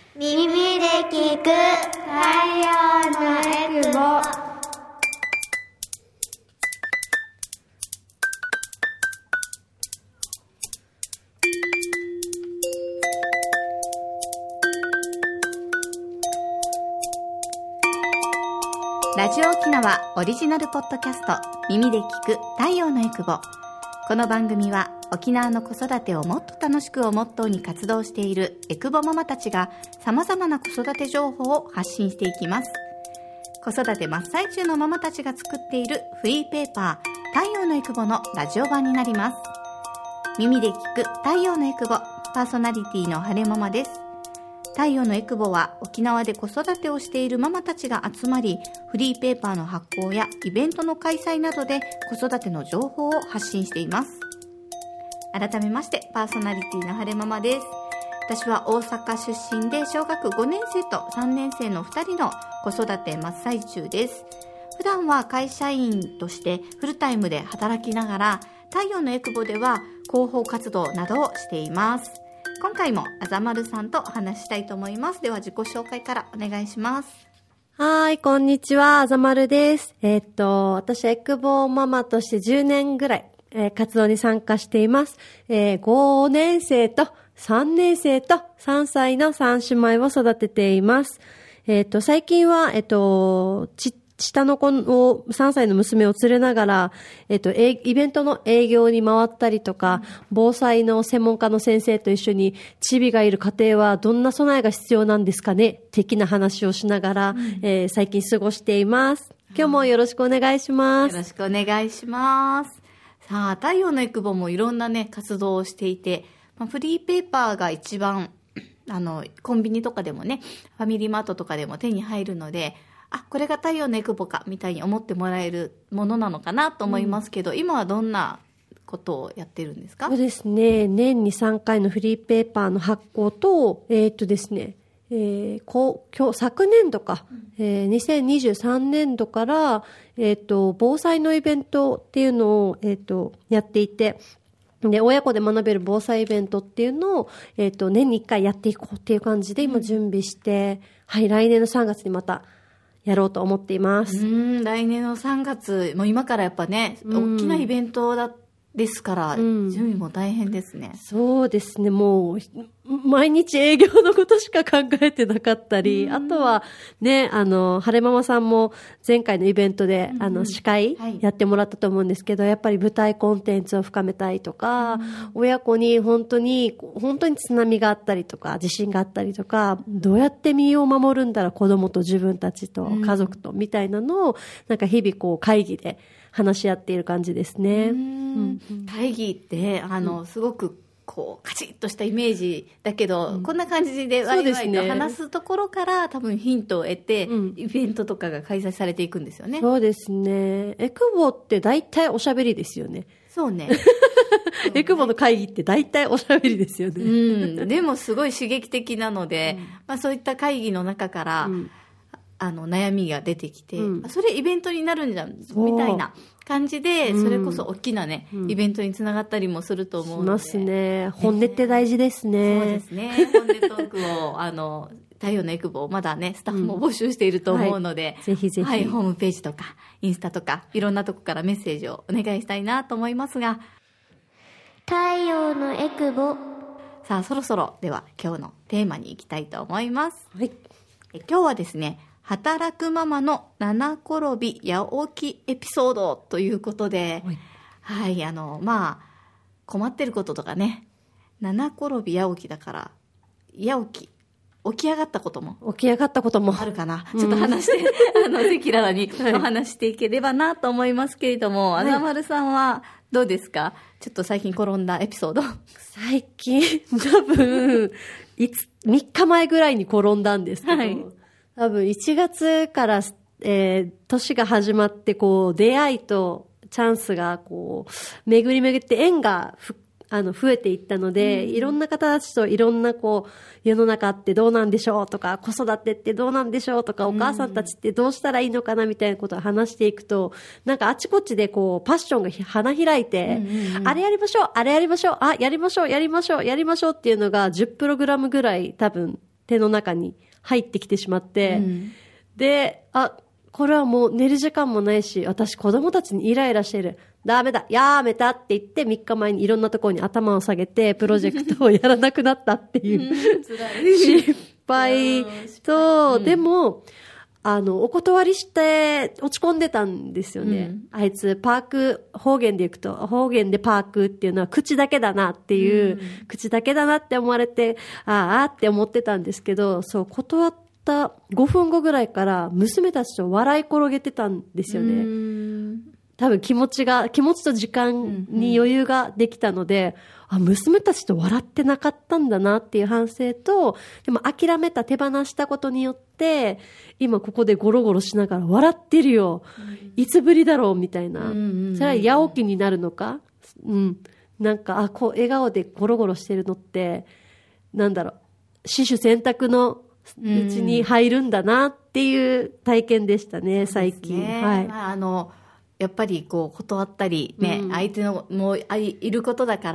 耳で聞く太陽のエクボ。 ラジオ沖縄オリジナルポッドキャスト、耳で聞く太陽のエクボ。この番組は沖縄の子育てをもっと楽しくをモットーに活動しているエクボママたちがさまざまな子育て情報を発信していきます。子育て真っ最中のママたちが作っているフリーペーパー太陽のエクボのラジオ版になります。耳で聞く太陽のエクボ、パーソナリティの晴れママです。太陽のエクボは沖縄で子育てをしているママたちが集まり、フリーペーパーの発行やイベントの開催などで子育ての情報を発信しています。改めましてパーソナリティの晴れママです。私は大阪出身で小学5年生と3年生の2人の子育て真っ最中です。普段は会社員としてフルタイムで働きながら、太陽のエクボでは広報活動などをしています。今回もあざまるさんとお話したいと思います。では自己紹介からお願いします。 はい、こんにちは、あざまるです。私はエクボママとして10年ぐらい、活動に参加しています。5年生と3年生と3歳の3姉妹を育てています。最近は、下の子を3歳の娘を連れながら、イベントの営業に回ったりとか、防災の専門家の先生と一緒に、チビがいる家庭はどんな備えが必要なんですかね的な話をしながら、最近過ごしています。今日もよろしくお願いします。 よろしくお願いします。さあ、太陽のエクボもいろんなね、活動をしていて、フリーペーパーが一番、コンビニとかでもね、ファミリーマートとかでも手に入るので、これが太陽のエクボかみたいに思ってもらえるものなのかなと思いますけど、今はどんなことをやってるんですか？ そうですね、年に3回のフリーペーパーの発行と、ですね、昨年度か、2023年度から、防災のイベントっていうのを、やっていて、で、親子で学べる防災イベントっていうのを、年に1回やっていこうっていう感じで今準備して、はい、来年の3月にまたやろうと思っています。 来年の3月、もう今からやっぱね、大きなイベントですから、準備も大変ですね。 そうですね、もう、毎日営業のことしか考えてなかったり、あとはね、晴れママさんも前回のイベントで、司会やってもらったと思うんですけど、やっぱり舞台コンテンツを深めたいとか、親子に本当に津波があったりとか、地震があったりとか、どうやって身を守るんだろう、子供と自分たちと家族とみたいなのを、なんか日々こう会議で話し合っている感じですね。 会議ってすごくこうカチッとしたイメージだけど、こんな感じでワイワイと話すところから多分ヒントを得て、イベントとかが開催されていくんですよね。 そうですね。エクボって大体おしゃべりですよね。 そうね。 エクボの会議って大体おしゃべりですよね。 でもすごい刺激的なので、そういった会議の中から、悩みが出てきて、それイベントになるんじゃんみたいな感じで、それこそ大きなね、イベントにつながったりもすると思うので。 しますね。本音って大事ですね。 そうですね。本音トークを太陽のエクボまだねスタッフも募集していると思うので、 ぜひぜひ、 はい、ホームページとかインスタとかいろんなとこからメッセージをお願いしたいなと思いますが、 太陽のエクボ。 さあそろそろでは今日のテーマに行きたいと思います。 はい、 今日はですね、働くママの七転び八起きエピソードということで、はい、困ってることとかね、七転び八起きだから八起き上がったこともあるかな、ちょっと話して赤裸々にお話していければなと思いますけれども、あざまるさんはどうですか？ちょっと最近転んだエピソード。 最近多分3日前ぐらいに転んだんですけど、多分1月から、年が始まってこう出会いとチャンスがこう巡り巡って縁が増えていったので、いろんな方たちといろんなこう世の中ってどうなんでしょうとか、子育てってどうなんでしょうとか、お母さんたちってどうしたらいいのかなみたいなことを話していくと、なんかあちこちでこうパッションが花開いて、あれやりましょう、あれやりましょう、やりましょうっていうのが10プログラムぐらい多分手の中に入ってきてしまって、で、これはもう寝る時間もないし、私子供たちにイライラしてる。ダメだ、やめたって言って3日前にいろんなところに頭を下げてプロジェクトをやらなくなったっていう失敗と、でも、お断りして落ち込んでたんですよね。あいつパーク、方言で行くと、方言でパークっていうのは口だけだなっていう、口だけだなって思われて、って思ってたんですけど、そう、断った5分後ぐらいから娘たちと笑い転げてたんですよね。多分気持ちと時間に余裕ができたので、娘たちと笑ってなかったんだなっていう反省と、でも諦めた、手放したことによって、今ここでゴロゴロしながら笑ってるよ。いつぶりだろうみたいな。それは八起きになるのか、なんか、こう笑顔でゴロゴロしてるのって、なんだろう、死守選択のうちに入るんだなっていう体験でしたね、最近。はい。 やっぱりこう断ったりね、相手のもういることだから、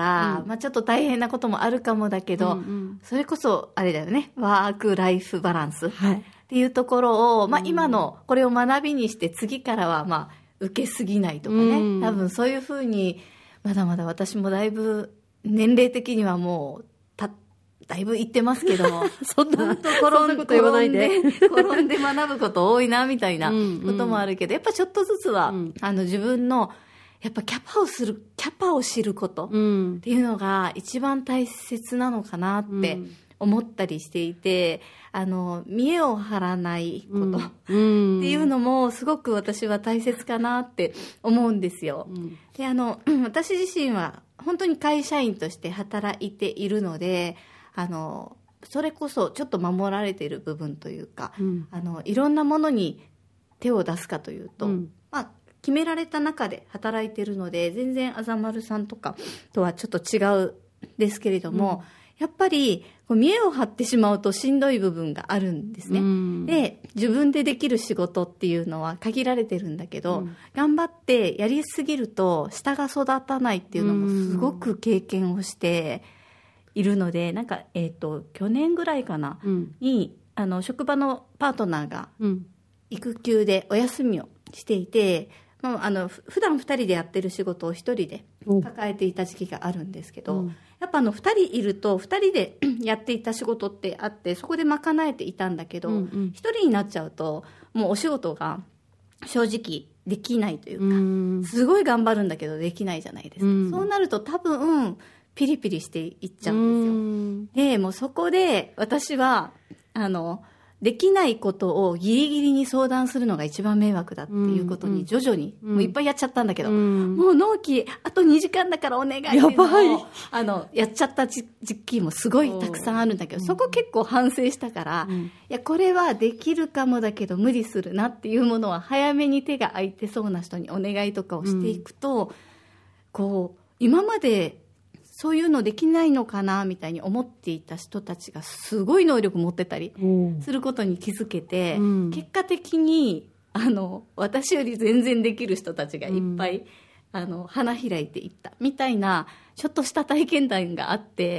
ちょっと大変なこともあるかもだけど、それこそあれだよね、ワークライフバランスっていうところを、今のこれを学びにして次からは受けすぎないとかね、多分そういうふうにまだまだ私もだいぶ年齢的にはもうだいぶ言ってますけどそんなこと言わないで転んで学ぶこと多いなみたいなこともあるけど、やっぱちょっとずつは、自分のやっぱキャパを知ることっていうのが一番大切なのかなって思ったりしていて、見栄を張らないことっていうのもすごく私は大切かなって思うんですよ。で、私自身は本当に会社員として働いているので、それこそちょっと守られている部分というか、いろんなものに手を出すかというと、決められた中で働いているので、全然あざまるさんとかとはちょっと違うですけれども、やっぱりこう見栄を張ってしまうとしんどい部分があるんですね。で、自分でできる仕事っていうのは限られてるんだけど、頑張ってやりすぎると下が育たないっていうのもすごく経験をしているので、なんか、去年ぐらいかな、に職場のパートナーが育休でお休みをしていて、普段2人でやってる仕事を1人で抱えていた時期があるんですけど、やっぱ2人いると2人でやっていた仕事ってあって、そこで賄えていたんだけど、1人になっちゃうともうお仕事が正直できないというか、すごい頑張るんだけどできないじゃないですか。そうなると多分ピリピリしていっちゃうんですよ。で、もうそこで私はできないことをギリギリに相談するのが一番迷惑だっていうことに徐々に、もういっぱいやっちゃったんだけど、もう納期あと2時間だからお願いっていうのをやっちゃった時期もすごいたくさんあるんだけど、そこ結構反省したから、いやこれはできるかもだけど無理するなっていうものは早めに手が空いてそうな人にお願いとかをしていくと、こう今までそういうのできないのかなみたいに思っていた人たちがすごい能力持ってたりすることに気づけて、結果的に私より全然できる人たちがいっぱい、花開いていったみたいなちょっとした体験談があって、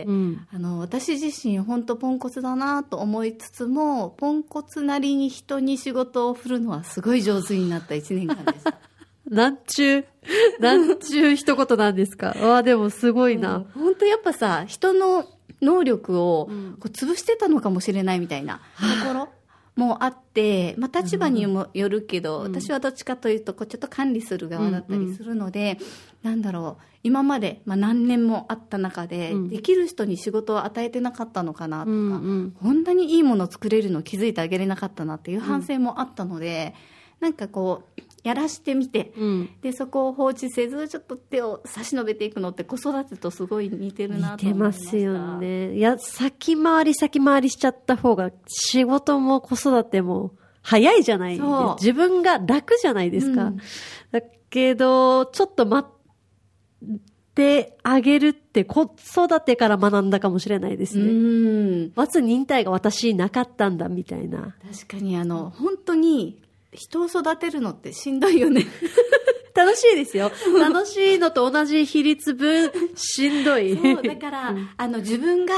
私自身本当ポンコツだなと思いつつも、ポンコツなりに人に仕事を振るのはすごい上手になった1年間でした。 なんちゅう一言なんですか。でもすごいな。 本当やっぱさ、人の能力をこう潰してたのかもしれないみたいなところもあって、立場にもよるけど、私はどっちかというとこうちょっと管理する側だったりするので、なんだろう、今まで何年もあった中で、できる人に仕事を与えてなかったのかなとか、こんなにいいものを作れるのを気づいてあげれなかったなっていう反省もあったので、なんかこうやらしてみて、でそこを放置せずちょっと手を差し伸べていくのって子育てとすごい似てるなと思いました。 似てますよね。いや、先回りしちゃった方が仕事も子育ても早いじゃないですか。自分が楽じゃないですか。だけどちょっと待ってあげるって子育てから学んだかもしれないですね。まず忍耐が私なかったんだみたいな。 確かに本当に人を育てるのってしんどいよね。 楽しいですよ。楽しいのと同じ比率分しんどい。 そうだから自分が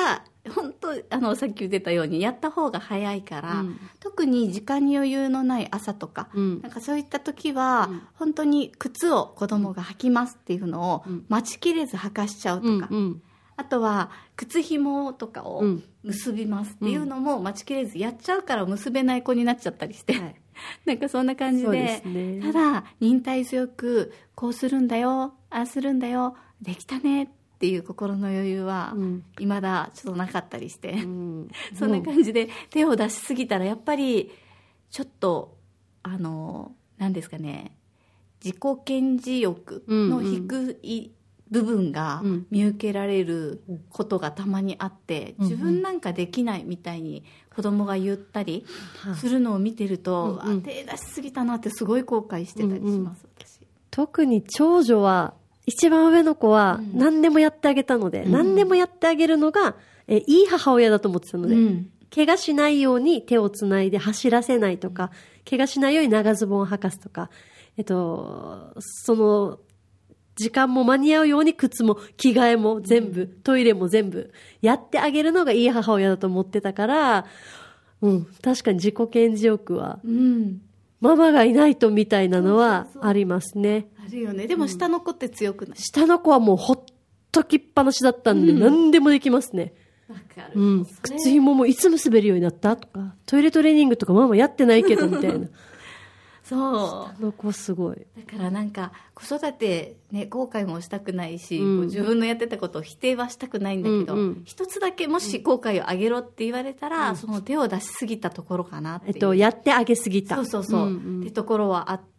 本当さっき言ってたようにやった方が早いから、 うん、 特に時間に余裕のない朝とか、なんかそういった時は、本当に靴を子供が履きますっていうのを待ちきれず履かしちゃうとか、あとは靴紐とかを結びますっていうのも待ちきれずやっちゃうから結べない子になっちゃったりして、はい、なんかそんな感じ で、ね、ただ忍耐強くこうするんだよ、ああするんだよ、できたねっていう心の余裕は未だちょっとなかったりして、そんな感じで手を出しすぎたらやっぱりちょっと何ですかね、自己顕示欲の低い部分が見受けられることがたまにあって、自分なんかできないみたいに子供が言ったりするのを見てると、手出しすぎたなってすごい後悔してたりします、私。 特に長女は、一番上の子は何でもやってあげたので、何でもやってあげるのがいい母親だと思ってたので、怪我しないように手をつないで走らせないとか、怪我しないように長ズボンを履かすとか、その時間も間に合うように靴も着替えも全部、トイレも全部やってあげるのがいい母親だと思ってたから、確かに自己顕示欲は、ママがいないとみたいなのはありますね。 あるよね。でも下の子って強くない？ 下の子はもうほっときっぱなしだったんで、何でもできますね。 わかる。 靴紐もいつ結べるようになったとか、トイレトレーニングとかママやってないけどみたいな。 そう。 下の子すごい。 だからなんか子育てね、後悔もしたくないし、自分のやってたことを否定はしたくないんだけど、一つだけもし後悔をあげろって言われたら、その手を出しすぎたところかなっていう。 やってあげすぎた。 そう、ってところはあって、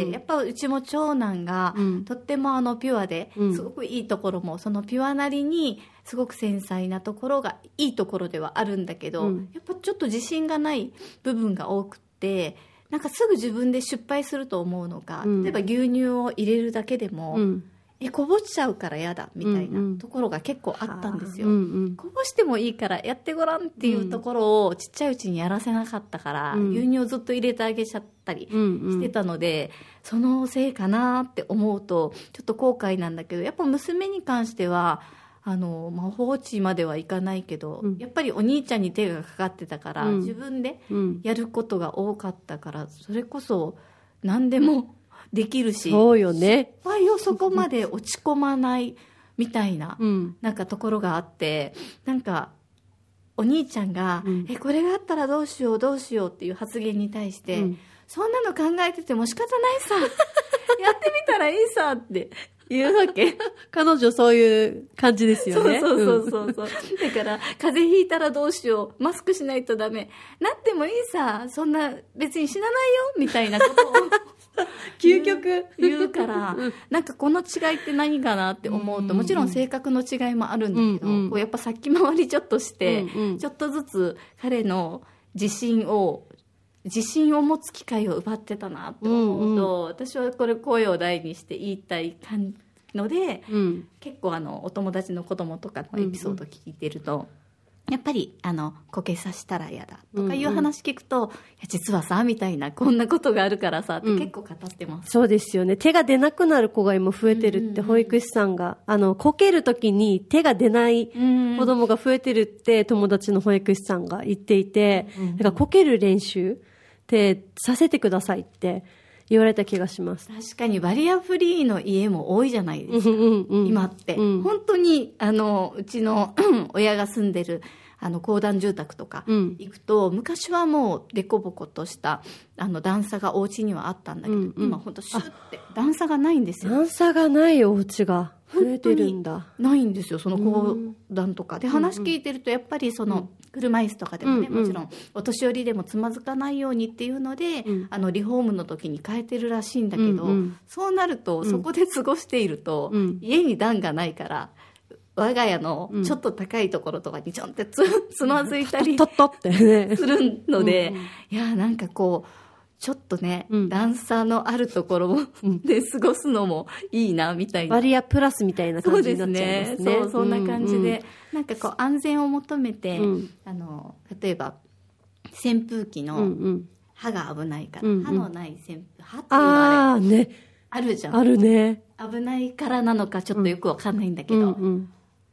やっぱうちも長男が、とってもピュアで、すごくいいところも、そのピュアなりにすごく繊細なところがいいところではあるんだけど、やっぱちょっと自信がない部分が多くて、なんかすぐ自分で失敗すると思うのが、例えば牛乳を入れるだけでも、こぼしちゃうから嫌だみたいなところが結構あったんですよ。こぼしてもいいからやってごらんっていうところをちっちゃいうちにやらせなかったから、牛乳をずっと入れてあげちゃったりしてたので、そのせいかなって思うとちょっと後悔なんだけど、やっぱ娘に関しては放置まではいかないけど、やっぱりお兄ちゃんに手がかかってたから、自分でやることが多かったから、それこそ何でもできるし、 そうよね、 失敗をそこまで落ち込まないみたいな、なんかところがあって、なんかお兄ちゃんが、これがあったらどうしようどうしようっていう発言に対して、そんなの考えてても仕方ないさやってみたらいいさって言うわけ。 彼女そういう感じですよね。 そう。だから風邪ひいたらどうしよう、マスクしないとダメ、なってもいいさ、そんな別に死なないよみたいなことを究極言うから、なんかこの違いって何かなって思うと、もちろん性格の違いもあるんだけど、こうやっぱ先回りちょっとして、ちょっとずつ彼の自信を持つ機会を奪ってたなって思うと、私はこれ声を大にして言いたいので、結構お友達の子供とかのエピソード聞いてると、やっぱりこけさせたら嫌だとかいう話聞くと、いや実はさみたいな、こんなことがあるからさって結構語ってます。 そうですよね。手が出なくなる子が今増えてるって、保育士さんがこけるときに手が出ない子供が増えてるって友達の保育士さんが言っていて、だからこける練習ってさせてくださいって言われた気がします。 確かにバリアフリーの家も多いじゃないですか、今って、本当にうちの親が住んでる公団住宅とか行くと、昔はもうデコボコとした段差がお家にはあったんだけど、今本当シュッて段差がないんですよ。 段差がないお家が増えてるんだ。 ないんですよ、その公団とかで。話聞いてるとやっぱりその車椅子とかでもね、もちろんお年寄りでもつまずかないようにっていうので、リフォームの時に変えてるらしいんだけど、そうなるとそこで過ごしていると、家に段がないから我が家のちょっと高いところとかにちょんってつまずいたりするので、いやなんかこうちょっとね、段差のあるところで過ごすのもいいなみたいな、 バリアプラスみたいな感じになっちゃいますね。 そう、そんな感じで、なんかこう安全を求めて、例えば扇風機の刃が危ないから、刃のない扇風機、刃っていうのはあるじゃん。 あるね。 危ないからなのかちょっとよくわかんないんだけど、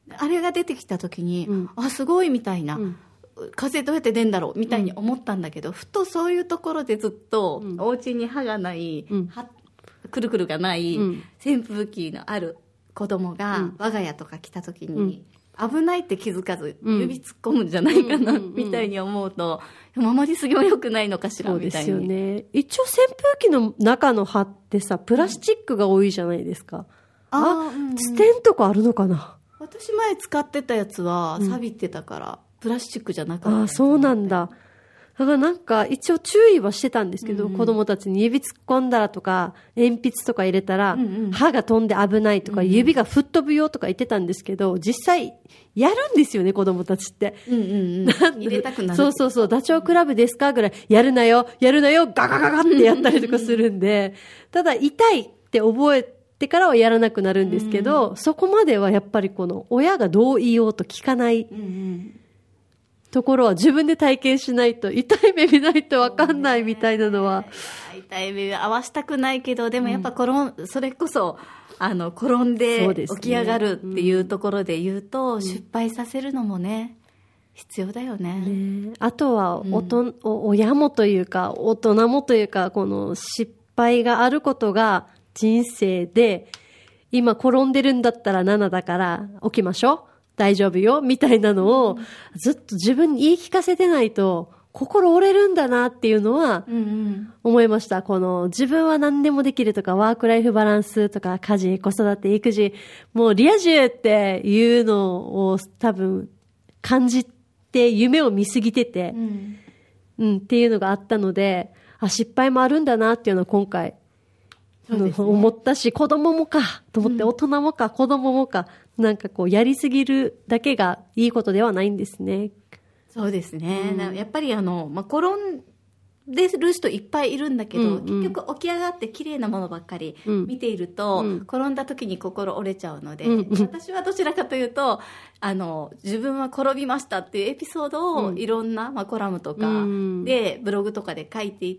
あれが出てきた時に、あ、すごいみたいな、風どうやって出んだろうみたいに思ったんだけど、ふとそういうところでずっと、お家に歯がない、くるくるがない、扇風機のある子供が、我が家とか来た時に、危ないって気づかず指突っ込むんじゃないかな、みたいに思うと、守りすぎも良くないのかしらみたいに。 そうですよね。一応扇風機の中の歯ってさ、プラスチックが多いじゃないですか。ステンとかあるのかな。 私前使ってたやつは錆びてたから、プラスチックじゃなかった。 そうなんだ。だからなんか一応注意はしてたんですけど、子供たちに指突っ込んだらとか、鉛筆とか入れたら、歯が飛んで危ないとか、指が吹っ飛ぶよとか言ってたんですけど、実際やるんですよね、子供たちって。 入れたくなる。 そう、ダチョウ倶楽部ですかぐらい、やるなよ、ガガガガってやったりとかするんで、ただ痛いって覚えてからはやらなくなるんですけど、そこまではやっぱりこの親がどう言おうと聞かない、ところは自分で体験しないと、痛い目見ないと分かんないみたいなのは。 痛い目合わしたくないけど、でもやっぱそれこそ、転んで起き上がるっていうところで言うと、失敗させるのもね、必要だよね。 あとは、親もというか、大人もというか、この失敗があることが人生で、今転んでるんだったら7だから起きましょう。大丈夫よみたいなのをずっと自分に言い聞かせてないと心折れるんだなっていうのは思いました。この自分は何でもできるとか、ワークライフバランスとか、家事、子育て、育児、もうリア充っていうのを多分感じて夢を見すぎてて、っていうのがあったので、失敗もあるんだなっていうのを今回思ったし、子供もかと思って、大人もか子供もか、なんかこうやりすぎるだけがいいことではないんですね。 そうですね。やっぱり転んでる人いっぱいいるんだけど、結局起き上がって綺麗なものばっかり見ていると、転んだ時に心折れちゃうので、私はどちらかというと、自分は転びましたっていうエピソードをいろんな、コラムとかで、ブログとかで書いていって、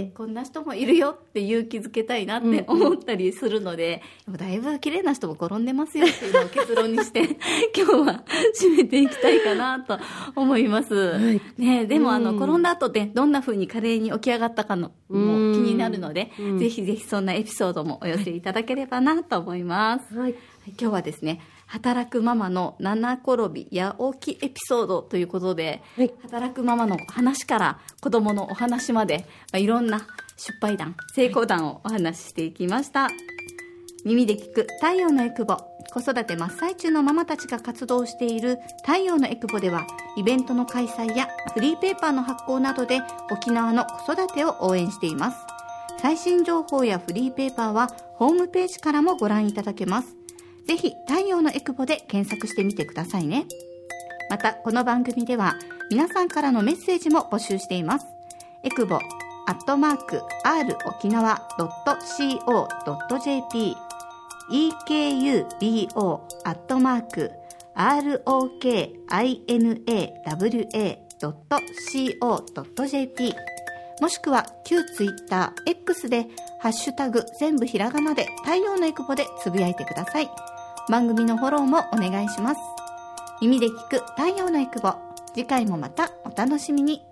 こんな人もいるよって勇気づけたいなって思ったりするので、だいぶ綺麗な人も転んでますよっていうのを結論にして、今日は締めていきたいかなと思います。ね、でも転んだ後でどんな風に華麗に起き上がったかのも気になるので、ぜひぜひそんなエピソードもお寄せいただければなと思います。今日はですね、働くママの七転び八起きエピソードということで、働くママの話から子供のお話まで、いろんな失敗談、成功談をお話ししていきました。耳で聞く太陽のエクボ、子育て真っ最中のママたちが活動している太陽のエクボでは、イベントの開催やフリーペーパーの発行などで沖縄の子育てを応援しています。最新情報やフリーペーパーはホームページからもご覧いただけます。ぜひ太陽のエクボで検索してみてくださいね。またこの番組では皆さんからのメッセージも募集しています。エクボ@r 沖縄 .co.jp EKUBO ROKINAWA.co.jp もしくは旧ツイッター X でハッシュタグ全部ひらがなで太陽のエクボでつぶやいてください。番組のフォローもお願いします。耳で聞く太陽のエクボ、次回もまたお楽しみに。